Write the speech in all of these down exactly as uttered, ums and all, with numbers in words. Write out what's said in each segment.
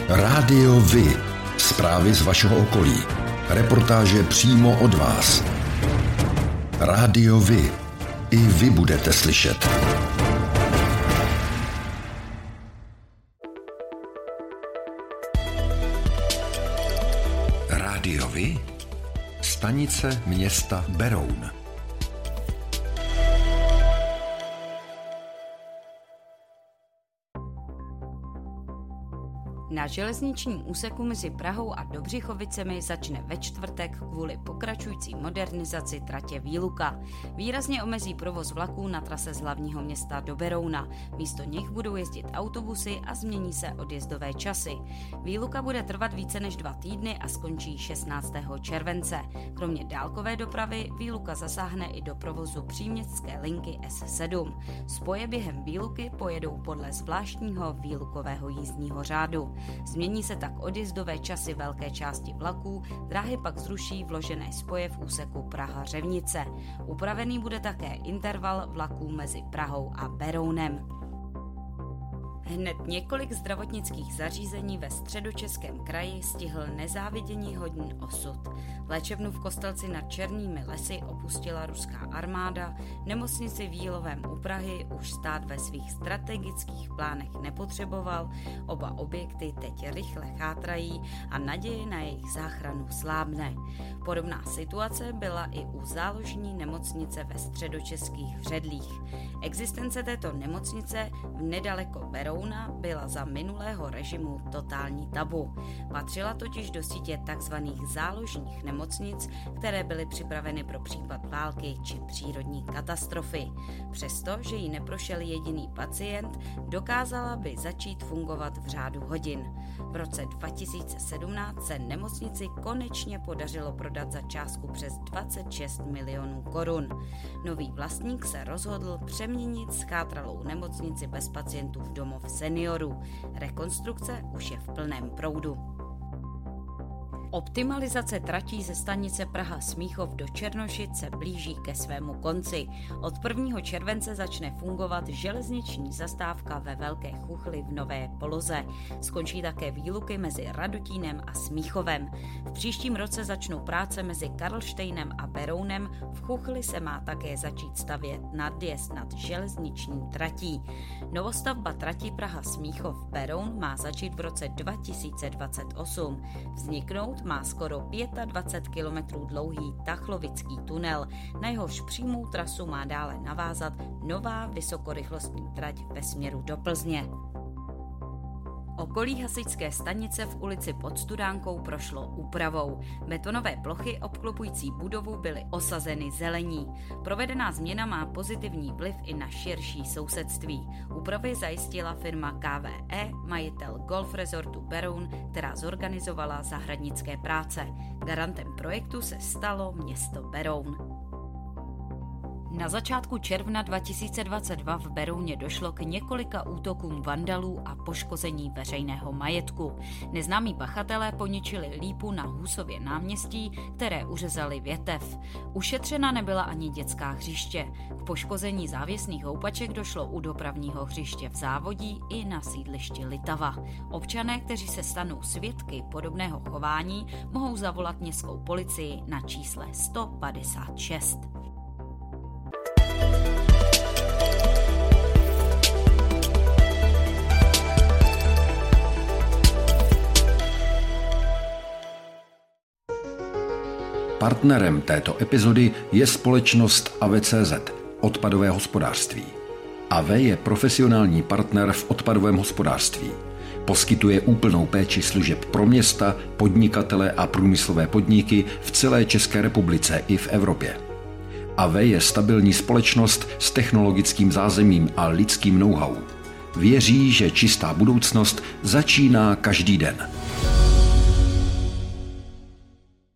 Rádio Vy. Zprávy z vašeho okolí. Reportáže přímo od vás. Rádio Vy. I vy budete slyšet. Rádio Vy. Stanice města Beroun. Na železničním úseku mezi Prahou a Dobřichovicemi začne ve čtvrtek kvůli pokračující modernizaci tratě Výluka. Výrazně omezí provoz vlaků na trase z hlavního města do Berouna. Místo nich budou jezdit autobusy a změní se odjezdové časy. Výluka bude trvat více než dva týdny a skončí šestnáctého července. Kromě dálkové dopravy Výluka zasáhne i do provozu příměstské linky S sedm. Spoje během Výluky pojedou podle zvláštního výlukového jízdního řádu. Změní se tak odjezdové časy velké části vlaků, dráhy pak zruší vložené spoje v úseku Praha-Řevnice. Upravený bude také interval vlaků mezi Prahou a Berounem. Hned několik zdravotnických zařízení ve Středočeském kraji stihl nezáviděníhodný osud. Léčebnu v Kostelci nad Černými lesy opustila ruská armáda, nemocnici v Jílovém u Prahy už stát ve svých strategických plánech nepotřeboval, oba objekty teď rychle chátrají a naděje na jejich záchranu slábne. Podobná situace byla i u záložní nemocnice ve Středočeských Hředlích. Existence této nemocnice v nedaleko Berouna byla za minulého režimu totální tabu. Patřila totiž do sítě tzv. Záložních nemocnic, které byly připraveny pro případ války či přírodní katastrofy. Přesto, že jí neprošel jediný pacient, dokázala by začít fungovat v řádu hodin. V roce dva tisíce sedmnáct se nemocnici konečně podařilo prodat za částku přes dvacet šest milionů korun. Nový vlastník se rozhodl přeměnit zchátralou nemocnici bez pacientů v domov seniorů. Rekonstrukce už je v plném proudu. Optimalizace tratí ze stanice Praha-Smíchov do Černošic se blíží ke svému konci. Od prvního července začne fungovat železniční zastávka ve Velké Chuchli v Nové Poloze. Skončí také výluky mezi Radotínem a Smíchovem. V příštím roce začnou práce mezi Karlštejnem a Berounem. V Chuchli se má také začít stavět nadjezd nad železniční tratí. Novostavba trati Praha-Smíchov-Beroun má začít v roce dva tisíce dvacet osm. Vzniknout má skoro dvacet pět kilometrů dlouhý Tachlovický tunel, na jehož přímou trasu má dále navázat nová vysokorychlostní trať ve směru do Plzně. Okolí hasičské stanice v ulici Pod Studánkou prošlo úpravou. Betonové plochy obklopující budovu byly osazeny zelení. Provedená změna má pozitivní vliv i na širší sousedství. Úpravy zajistila firma K V E, majitel Golf Resortu Beroun, která zorganizovala zahradnické práce. Garantem projektu se stalo město Beroun. Na začátku června dva tisíce dvacet dva v Berouně došlo k několika útokům vandalů a poškození veřejného majetku. Neznámí pachatelé poničili lípu na Husově náměstí, které uřezali větev. Ušetřena nebyla ani dětská hřiště. K poškození závěsných houpaček došlo u dopravního hřiště v Závodí i na sídlišti Litava. Občané, kteří se stanou svědky podobného chování, mohou zavolat městskou policii na čísle sto padesát šest. Partnerem této epizody je společnost A V C Z, odpadové hospodářství. A V je profesionální partner v odpadovém hospodářství. Poskytuje úplnou péči služeb pro města, podnikatele a průmyslové podniky v celé České republice i v Evropě. A V je stabilní společnost s technologickým zázemím a lidským know-how. Věří, že čistá budoucnost začíná každý den.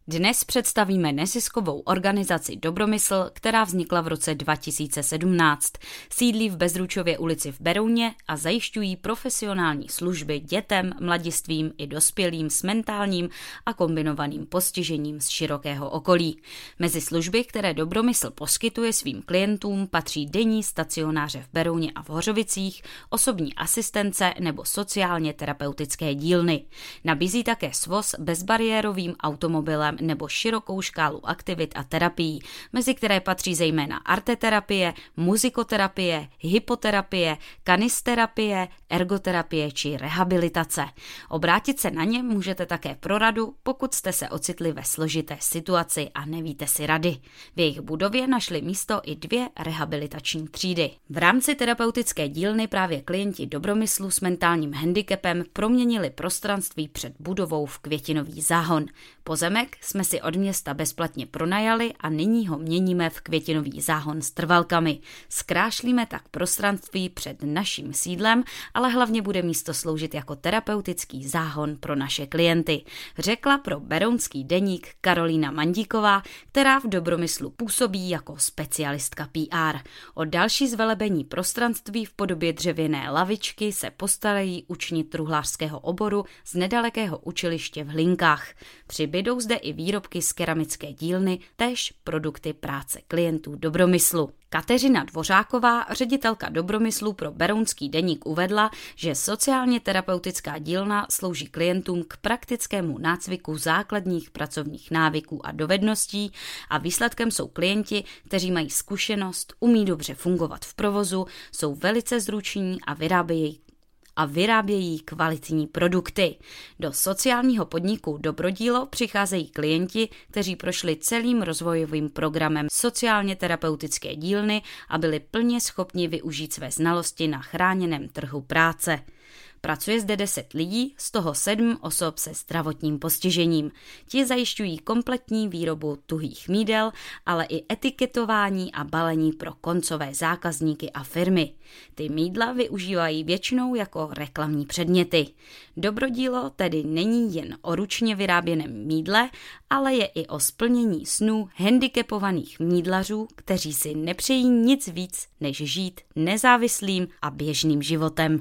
Dnes představíme neziskovou organizaci Dobromysl, která vznikla v roce dva tisíce sedmnáct. Sídlí v Bezručově ulici v Berouně a zajišťují profesionální služby dětem, mladistvím i dospělým s mentálním a kombinovaným postižením z širokého okolí. Mezi služby, které Dobromysl poskytuje svým klientům, patří denní stacionáře v Berouně a v Hořovicích, osobní asistence nebo sociálně terapeutické dílny. Nabízí také svoz bezbariérovým automobilem nebo širokou škálu aktivit a terapií, mezi které patří zejména arteterapie, muzikoterapie, hypoterapie, kanisterapie, ergoterapie či rehabilitace. Obrátit se na ně můžete také pro radu, pokud jste se ocitli ve složité situaci a nevíte si rady. V jejich budově našli místo i dvě rehabilitační třídy. V rámci terapeutické dílny právě klienti Dobromyslu s mentálním handicapem proměnili prostranství před budovou v květinový záhon. Pozemek jsme si od města bezplatně pronajali a nyní ho měníme v květinový záhon s trvalkami. Zkrášlíme tak prostranství před naším sídlem, ale hlavně bude místo sloužit jako terapeutický záhon pro naše klienty, řekla pro berounský deník Karolína Mandíková, která v Dobromyslu působí jako specialistka P R. O další zvelebení prostranství v podobě dřevěné lavičky se postarají učni truhlářského oboru z nedalekého učiliště v Hlinkách. Přibydou zde i výrobky z keramické dílny, též produkty práce klientů Dobromyslu. Kateřina Dvořáková, ředitelka Dobromyslu pro berounský deník, uvedla, že sociálně terapeutická dílna slouží klientům k praktickému nácviku základních pracovních návyků a dovedností a výsledkem jsou klienti, kteří mají zkušenost, umí dobře fungovat v provozu, jsou velice zruční a vyrábějí a vyrábějí kvalitní produkty. Do sociálního podniku Dobrodílo přicházejí klienti, kteří prošli celým rozvojovým programem sociálně terapeutické dílny a byli plně schopni využít své znalosti na chráněném trhu práce. Pracuje zde deset lidí, z toho sedm osob se zdravotním postižením. Ti zajišťují kompletní výrobu tuhých mídel, ale i etiketování a balení pro koncové zákazníky a firmy. Ty mídla využívají většinou jako reklamní předměty. Dobrodílo tedy není jen o ručně vyráběném mídle, ale je i o splnění snů handicapovaných mídlařů, kteří si nepřejí nic víc, než žít nezávislým a běžným životem.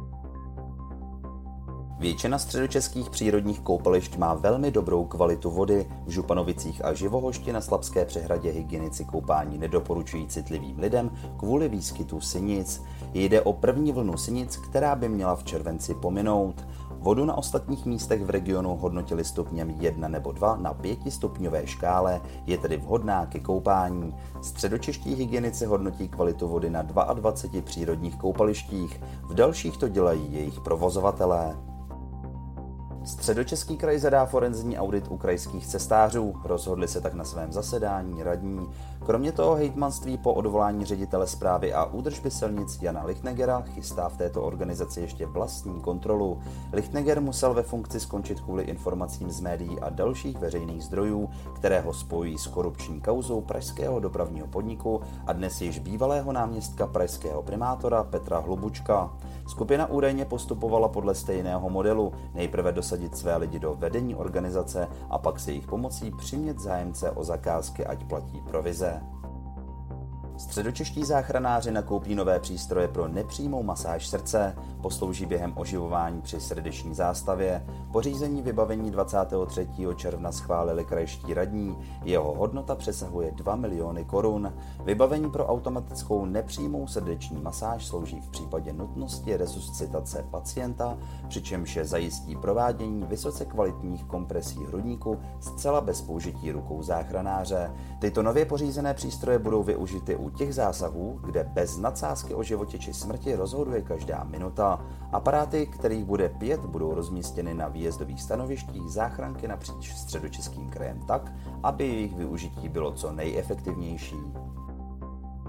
Většina středočeských přírodních koupališť má velmi dobrou kvalitu vody. V Županovicích a Živohošti na Slabské přehradě hygienici koupání nedoporučují citlivým lidem kvůli výskytu sinic. Jde o první vlnu sinic, která by měla v červenci pominout. Vodu na ostatních místech v regionu hodnotili stupněm jedna nebo dva na pětistupňové škále, je tedy vhodná ke koupání. Středočeští hygienici hodnotí kvalitu vody na dvaceti dvou přírodních koupalištích, v dalších to dělají jejich provozovatelé. Středočeský kraj zadá forenzní audit u krajských cestářů, rozhodli se tak na svém zasedání radní. Kromě toho hejtmanství po odvolání ředitele správy a údržby silnic Jana Lichtnegera chystá v této organizaci ještě vlastní kontrolu. Lichtneger musel ve funkci skončit kvůli informacím z médií a dalších veřejných zdrojů, které ho spojují s korupční kauzou pražského dopravního podniku a dnes již bývalého náměstka pražského primátora Petra Hlubučka. Skupina údajně postupovala podle stejného modelu, nejprve dosadit své lidi do vedení organizace a pak se jejich pomocí přimět zájemce o zakázky, ať platí provize. Středočeští záchranáři nakoupí nové přístroje pro nepřímou masáž srdce, poslouží během oživování při srdeční zástavě. Pořízení vybavení dvacátého třetího června schválili krajští radní, jeho hodnota přesahuje dva miliony korun. Vybavení pro automatickou nepřímou srdeční masáž slouží v případě nutnosti resuscitace pacienta, přičemž je zajistí provádění vysoce kvalitních kompresí hrudníku zcela bez použití rukou záchranáře. Tyto nově pořízené přístroje budou využity u těch zásahů, kde bez nadsázky o životě či smrti rozhoduje každá minuta. Aparáty, kterých bude pět, budou rozmístěny na výjezdových stanovištích záchranky napříč Středočeským krajem tak, aby jejich využití bylo co nejefektivnější.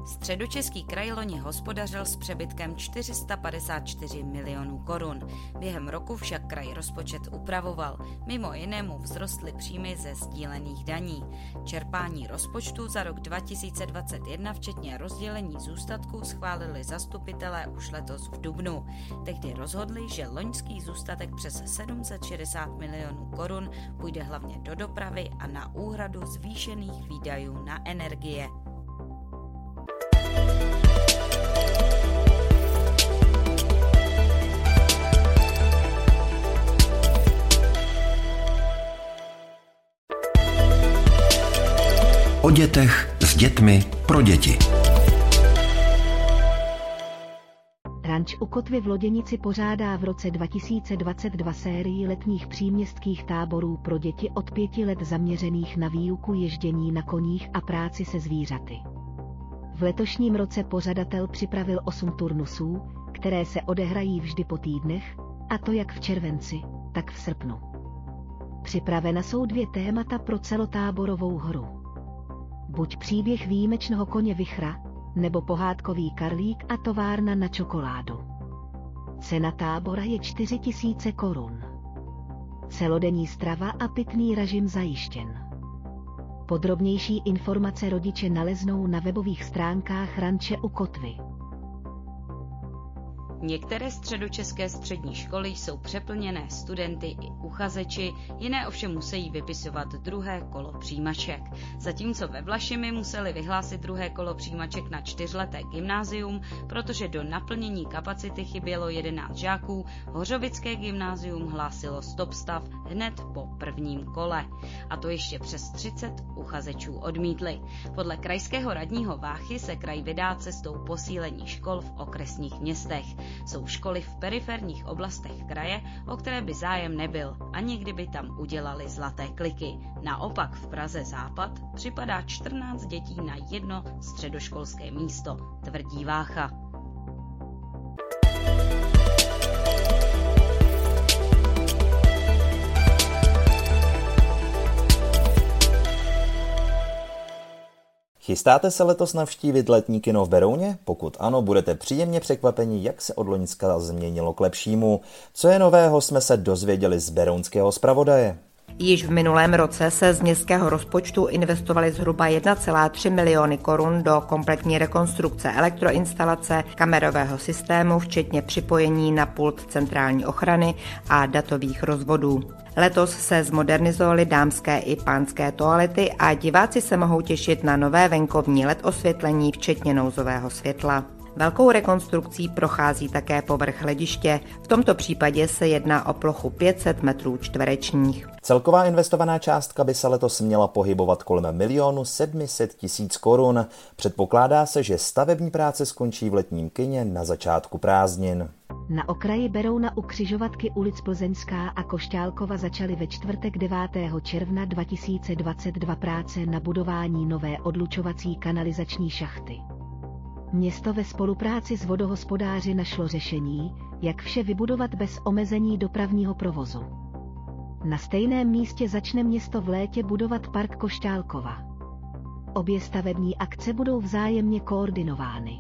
Středočeský kraj loni hospodařil s přebytkem čtyři sta padesát čtyři milionů korun. Během roku však kraj rozpočet upravoval. Mimo jinému vzrostly příjmy ze sdílených daní. Čerpání rozpočtu za rok dva tisíce dvacet jedna včetně rozdělení zůstatků schválili zastupitelé už letos v dubnu. Tehdy rozhodli, že loňský zůstatek přes sedm set šedesát milionů korun půjde hlavně do dopravy a na úhradu zvýšených výdajů na energie. O dětech, s dětmi, pro děti. Ranč u Kotvy v Loděnici pořádá v roce dva tisíce dvacet dva sérii letních příměstských táborů pro děti od pěti let zaměřených na výuku ježdění na koních a práci se zvířaty. V letošním roce pořadatel připravil osm turnusů, které se odehrají vždy po týdnech, a to jak v červenci, tak v srpnu. Připravena jsou dvě témata pro celotáborovou hru. Buď příběh výjimečného koně Vichra, nebo pohádkový karlík a továrna na čokoládu. Cena tábora je čtyři tisíce korun. Celodenní strava a pitný režim zajištěn. Podrobnější informace rodiče naleznou na webových stránkách Ranče u Kotvy. Některé středočeské střední školy jsou přeplněné studenty i uchazeči, jiné ovšem musí vypisovat druhé kolo přijímaček. Zatímco ve Vlašimi museli vyhlásit druhé kolo přijímaček na čtyřleté gymnázium, protože do naplnění kapacity chybělo jedenáct žáků, Hořovické gymnázium hlásilo stop stav hned po prvním kole. A to ještě přes třicet uchazečů odmítli. Podle krajského radního Váchy se kraj vydá cestou posílení škol v okresních městech. Jsou školy v periferních oblastech kraje, o které by zájem nebyl, ani kdyby tam udělali zlaté kliky. Naopak v Praze Západ připadá čtrnáct dětí na jedno středoškolské místo, tvrdí Vácha. Chystáte se letos navštívit letní kino v Berouně? Pokud ano, budete příjemně překvapeni, jak se od loňska změnilo k lepšímu. Co je nového, jsme se dozvěděli z berounského zpravodaje. Již v minulém roce se z městského rozpočtu investovaly zhruba jedna celá tři miliony korun do kompletní rekonstrukce elektroinstalace, kamerového systému, včetně připojení na pult centrální ochrany a datových rozvodů. Letos se zmodernizovaly dámské i pánské toalety a diváci se mohou těšit na nové venkovní el é dé osvětlení, včetně nouzového světla. Velkou rekonstrukcí prochází také povrch hlediště. V tomto případě se jedná o plochu pět set metrů čtverečních. Celková investovaná částka by se letos měla pohybovat kolem milionu sedm set tisíc korun. Předpokládá se, že stavební práce skončí v letním kině na začátku prázdnin. Na okraji Berouna u křižovatky ulic Plzeňská a Košťálkova začaly ve čtvrtek devátého června dva tisíce dvacet dva práce na budování nové odlučovací kanalizační šachty. Město ve spolupráci s vodohospodáři našlo řešení, jak vše vybudovat bez omezení dopravního provozu. Na stejném místě začne město v létě budovat park Košťálkova. Obě stavební akce budou vzájemně koordinovány.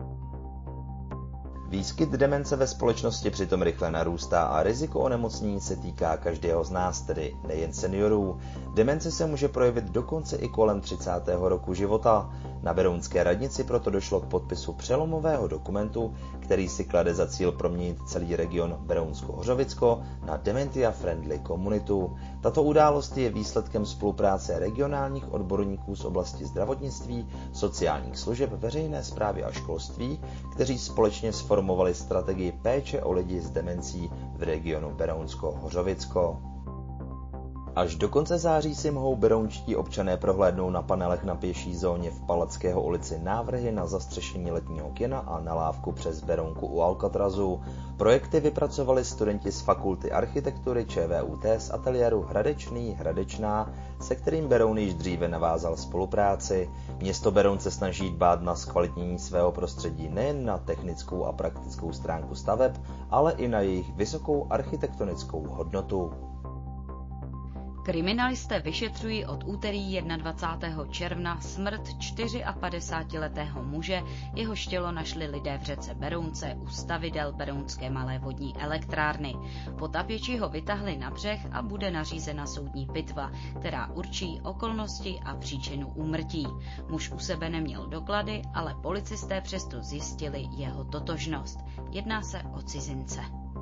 Výskyt demence ve společnosti přitom rychle narůstá a riziko onemocnění se týká každého z nás, tedy nejen seniorů. Demence se může projevit dokonce i kolem třicátého roku života. Na berounské radnici proto došlo k podpisu přelomového dokumentu, který si klade za cíl proměnit celý region Berounsko-Hořovicko na dementia-friendly komunitu. Tato událost je výsledkem spolupráce regionálních odborníků z oblasti zdravotnictví, sociálních služeb, veřejné správy a školství, kteří společně sformovali strategii péče o lidi s demencí v regionu Berounsko-Hořovicko. Až do konce září si mohou berounští občané prohlédnout na panelech na pěší zóně v Palackého ulici návrhy na zastřešení letního kina a na lávku přes Berounku u Alcatrazu. Projekty vypracovali studenti z Fakulty architektury ČVUT z ateliéru Hradečný Hradečná, se kterým Beroun již dříve navázal spolupráci. Město Beroun se snaží dbát na zkvalitnění svého prostředí nejen na technickou a praktickou stránku staveb, ale i na jejich vysokou architektonickou hodnotu. Kriminalisté vyšetřují od úterý dvacátého prvního června smrt padesátčtyřletého muže, jehož tělo našli lidé v řece Berounce u stavidel berounské malé vodní elektrárny. Potápěči ho vytahli na břeh a bude nařízena soudní pitva, která určí okolnosti a příčinu úmrtí. Muž u sebe neměl doklady, ale policisté přesto zjistili jeho totožnost. Jedná se o cizince.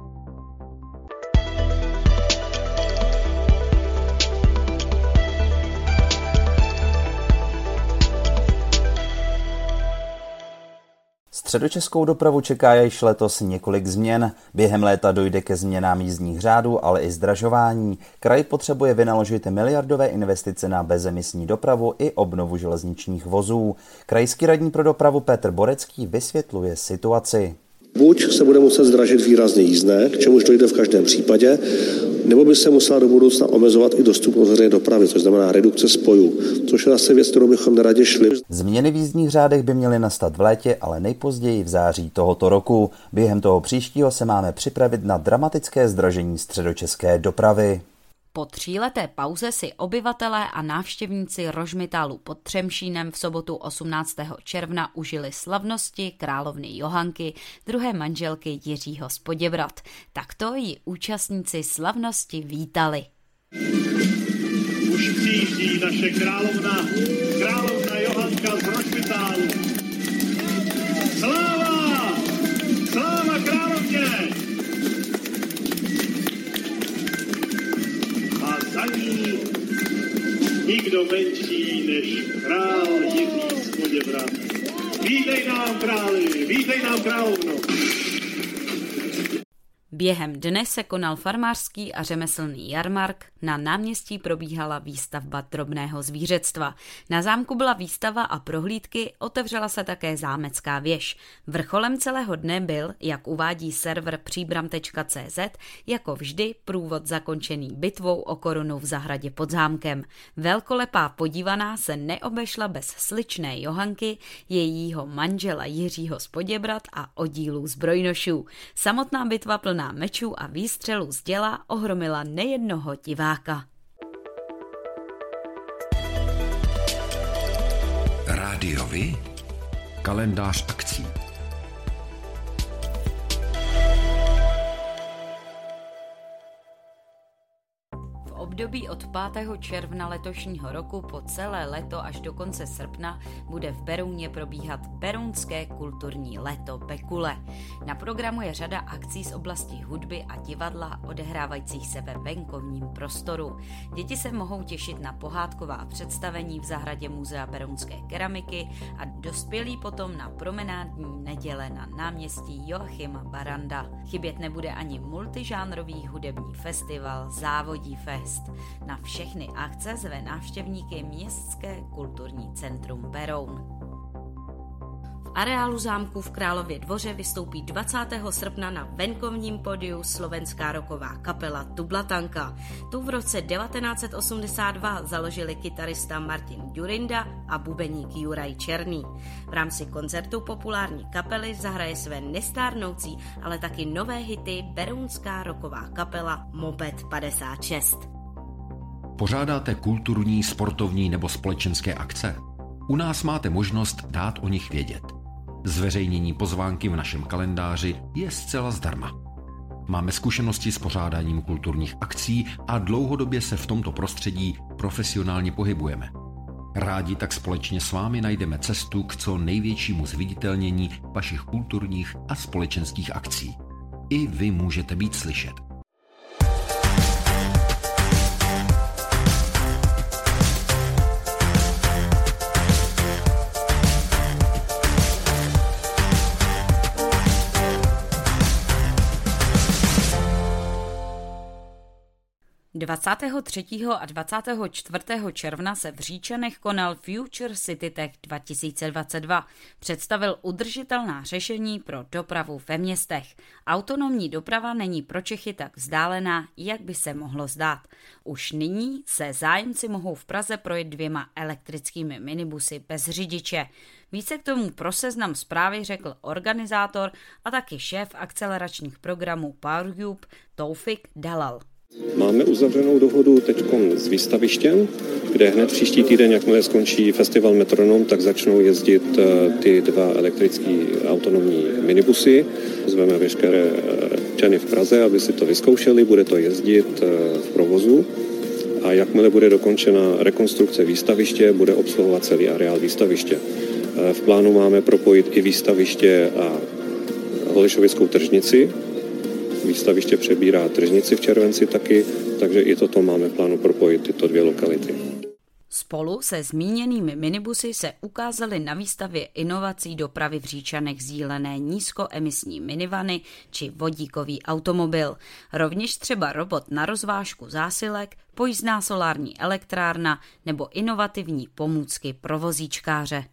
Středočeskou dopravu čeká již letos několik změn. Během léta dojde ke změnám jízdních řádů, ale i zdražování. Kraj potřebuje vynaložit miliardové investice na bezemisní dopravu i obnovu železničních vozů. Krajský radní pro dopravu Petr Borecký vysvětluje situaci. Buď se bude muset zdražit výrazně jízdné, k čemuž dojde v každém případě, nebo by se musela do budoucna omezovat i dostupnost veřejné dopravy, což znamená redukce spojů, což je zase věc, kterou bychom neradě šli. Změny v jízdních řádech by měly nastat v létě, ale nejpozději v září tohoto roku. Během toho příštího se máme připravit na dramatické zdražení středočeské dopravy. Po tříleté pauze si obyvatelé a návštěvníci Rožmitálu pod Třemšínem v sobotu osmnáctého června užili slavnosti královny Johanky, druhé manželky Jiřího z Poděbrad. Takto ji účastníci slavnosti vítali. Už přijíždí naše královna, královna Johanka z Rožmitálu. Sláva! Sláva královně! Za ní nikdo menší než král Jiří z Poděbrad. Vítej nám, králi, vítej nám, královno. Během dne se konal farmářský a řemeslný jarmark, na náměstí probíhala výstavba drobného zvířectva. Na zámku byla výstava a prohlídky, otevřela se také zámecká věž. Vrcholem celého dne byl, jak uvádí server příbram tečka cé zet, jako vždy průvod zakončený bitvou o korunu v zahradě pod zámkem. Velkolepá podívaná se neobešla bez sličné Johanky, jejího manžela Jiřího z Poděbrad a oddílů zbrojnošů. Samotná bitva plná mečů a výstřelů z děla ohromila nejednoho diváka. Rádiovi? Kalendář akcí. V období od pátého června letošního roku po celé léto až do konce srpna bude v Berouně probíhat Berounské kulturní léto Bekule. Na programu je řada akcí z oblasti hudby a divadla odehrávajících se ve venkovním prostoru. Děti se mohou těšit na pohádková představení v zahradě Muzea berounské keramiky a dospělí potom na promenádní neděle na náměstí Joachima Baranda. Chybět nebude ani multižánrový hudební festival Závodí Fest. Na všechny akce zve návštěvníky Městské kulturní centrum Beroun. V areálu zámku v Králově dvoře vystoupí dvacátého srpna na venkovním pódiu slovenská rocková kapela Tublatanka. Tu v roce devatenáct set osmdesát dva založili kytarista Martin Ďurinda a bubeník Juraj Černý. V rámci koncertu populární kapely zahraje své nestárnoucí, ale taky nové hity berounská rocková kapela Moped padesát šest. Pořádáte kulturní, sportovní nebo společenské akce? U nás máte možnost dát o nich vědět. Zveřejnění pozvánky v našem kalendáři je zcela zdarma. Máme zkušenosti s pořádáním kulturních akcí a dlouhodobě se v tomto prostředí profesionálně pohybujeme. Rádi tak společně s vámi najdeme cestu k co největšímu zviditelnění vašich kulturních a společenských akcí. I vy můžete být slyšet. dvacátého třetího a dvacátého čtvrtého června se v Říčanech konal Future City Tech dva tisíce dvacet dva. Představil udržitelná řešení pro dopravu ve městech. Autonomní doprava není pro Čechy tak vzdálená, jak by se mohlo zdát. Už nyní se zájemci mohou v Praze projet dvěma elektrickými minibusy bez řidiče. Více k tomu pro Seznam Zprávy řekl organizátor a taky šéf akceleračních programů PowerCube Toufik Dalal. Máme uzavřenou dohodu teď s výstavištěm, kde hned příští týden, jakmile skončí festival Metronom, tak začnou jezdit ty dva elektrické autonomní minibusy. Zveme veškeré občany v Praze, aby si to vyzkoušeli, bude to jezdit v provozu. A jakmile bude dokončena rekonstrukce výstaviště, bude obsluhovat celý areál výstaviště. V plánu máme propojit i výstaviště a Holešovickou tržnici. Výstaviště přebírá tržnici v červenci taky, takže i toto máme v plánu propojit, tyto dvě lokality. Spolu se zmíněnými minibusy se ukázaly na výstavě inovací dopravy v Říčanech sdílené nízkoemisní minivany či vodíkový automobil. Rovněž třeba robot na rozvážku zásilek, pojízdná solární elektrárna nebo inovativní pomůcky pro vozíčkáře.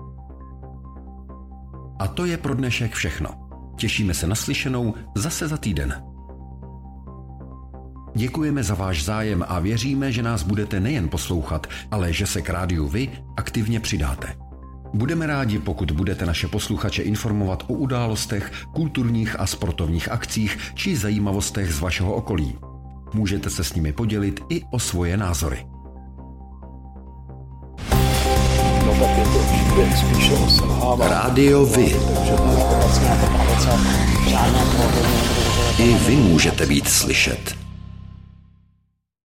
A to je pro dnešek všechno. Těšíme se na slyšenou zase za týden. Děkujeme za váš zájem a věříme, že nás budete nejen poslouchat, ale že se k rádiu vy aktivně přidáte. Budeme rádi, pokud budete naše posluchače informovat o událostech, kulturních a sportovních akcích či zajímavostech z vašeho okolí. Můžete se s nimi podělit i o svoje názory. Rádio Vy. I vy můžete být slyšet.